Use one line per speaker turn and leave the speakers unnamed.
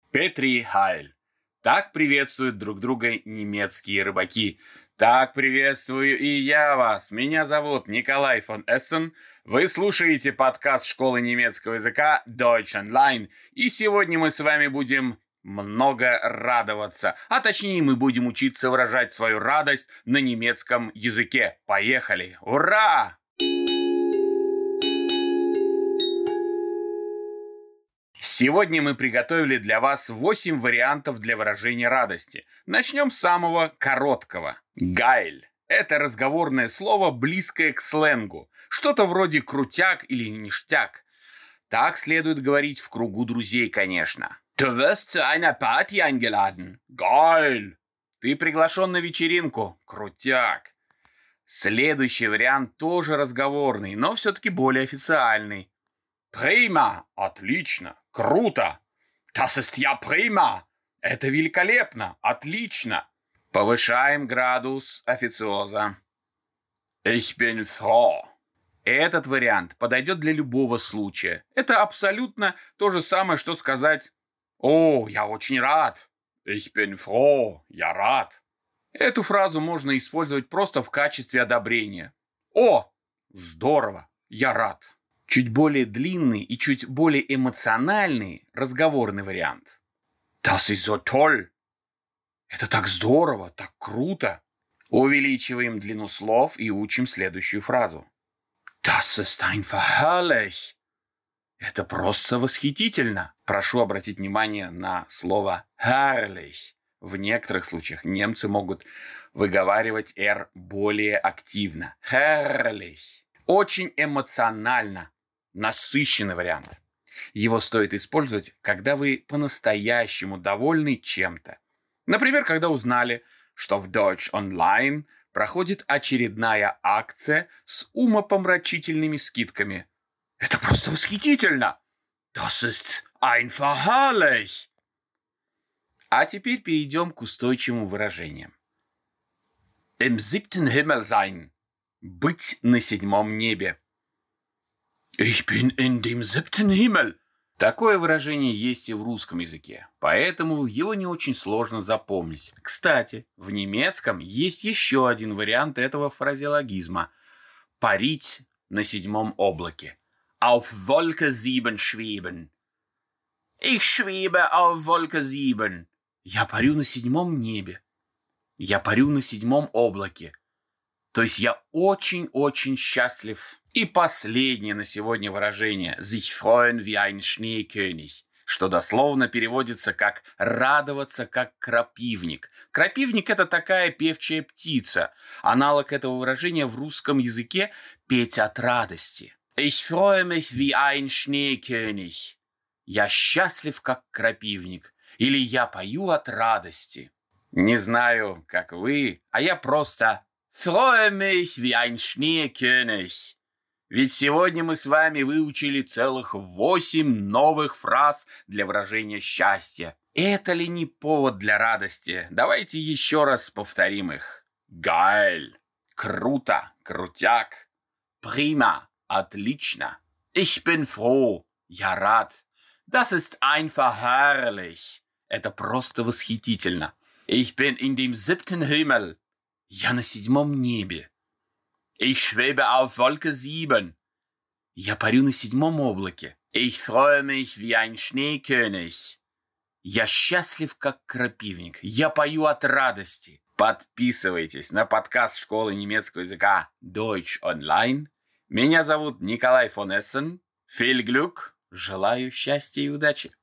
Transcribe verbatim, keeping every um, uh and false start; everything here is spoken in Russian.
Петри Хайль. Так приветствуют друг друга немецкие рыбаки. Так приветствую и я вас. Меня зовут Николай фон Эссен. Вы слушаете подкаст школы немецкого языка Deutsch Online. И сегодня мы с вами будем много радоваться. А точнее, мы будем учиться выражать свою радость на немецком языке. Поехали! Ура! Сегодня мы приготовили для вас восемь вариантов для выражения радости. Начнем с самого короткого. Geil – это разговорное слово, близкое к сленгу. Что-то вроде крутяк или ништяк. Так следует говорить в кругу друзей, конечно. Du wirst zu einer Party eingeladen. Geil! Ты приглашен на вечеринку. Крутяк. Следующий вариант тоже разговорный, но все-таки более официальный. Prima! Отлично! Круто! Das ist ja prima! Это великолепно! Отлично! Повышаем градус официоза. Ich bin froh. Этот вариант подойдет для любого случая. Это абсолютно то же самое, что сказать «О, я очень рад». Ich bin froh. Я рад. Эту фразу можно использовать просто в качестве одобрения. «О, здорово! Я рад». Чуть более длинный и чуть более эмоциональный разговорный вариант. Das ist so toll. Это так здорово, так круто. Увеличиваем длину слов и учим следующую фразу. Das ist einfach herrlich. Это просто восхитительно. Прошу обратить внимание на слово herrlich. В некоторых случаях немцы могут выговаривать «р» более активно. Herrlich. Очень эмоционально. Насыщенный вариант. Его стоит использовать, когда вы по-настоящему довольны чем-то. Например, когда узнали, что в Deutsch Online проходит очередная акция с умопомрачительными скидками. Это просто восхитительно! Das ist einfach herrlich! А теперь перейдем к устойчивым выражениям. Im siebten Himmel sein. Быть на седьмом небе. Ich bin in dem siebten Himmel. Такое выражение есть и в русском языке, поэтому его не очень сложно запомнить. Кстати, в немецком есть еще один вариант этого фразеологизма. Парить на седьмом облаке. Auf Wolke sieben schweben. Ich schwebe auf Wolke sieben. Я парю на седьмом небе. Я парю на седьмом облаке. То есть я очень-очень счастлив. И последнее на сегодня выражение «sich freuen wie ein Schneekönig», что дословно переводится как «радоваться как крапивник». Крапивник – это такая певчая птица. Аналог этого выражения в русском языке «петь от радости». «Ich freue mich wie ein Schneekönig». «Я счастлив как крапивник» или «я пою от радости». Не знаю, как вы, а я просто «freue mich wie ein Schneekönig». Ведь сегодня мы с вами выучили целых восемь новых фраз для выражения счастья. Это ли не повод для радости? Давайте еще раз повторим их. Geil. Круто. Крутяк. Prima. Отлично. Ich bin froh. Я рад. Das ist einfach herrlich. Это просто восхитительно. Ich bin in dem siebten Himmel. Я на седьмом небе. Ich schwebe auf Wolke sieben. Я парю на седьмом облаке. Ich freue mich wie ein Schneekönig. Я счастлив, как крапивник. Я пою от радости. Подписывайтесь на подкаст школы немецкого языка Deutsch Online. Меня зовут Николай фон Эссен. Viel Glück. Желаю счастья и удачи.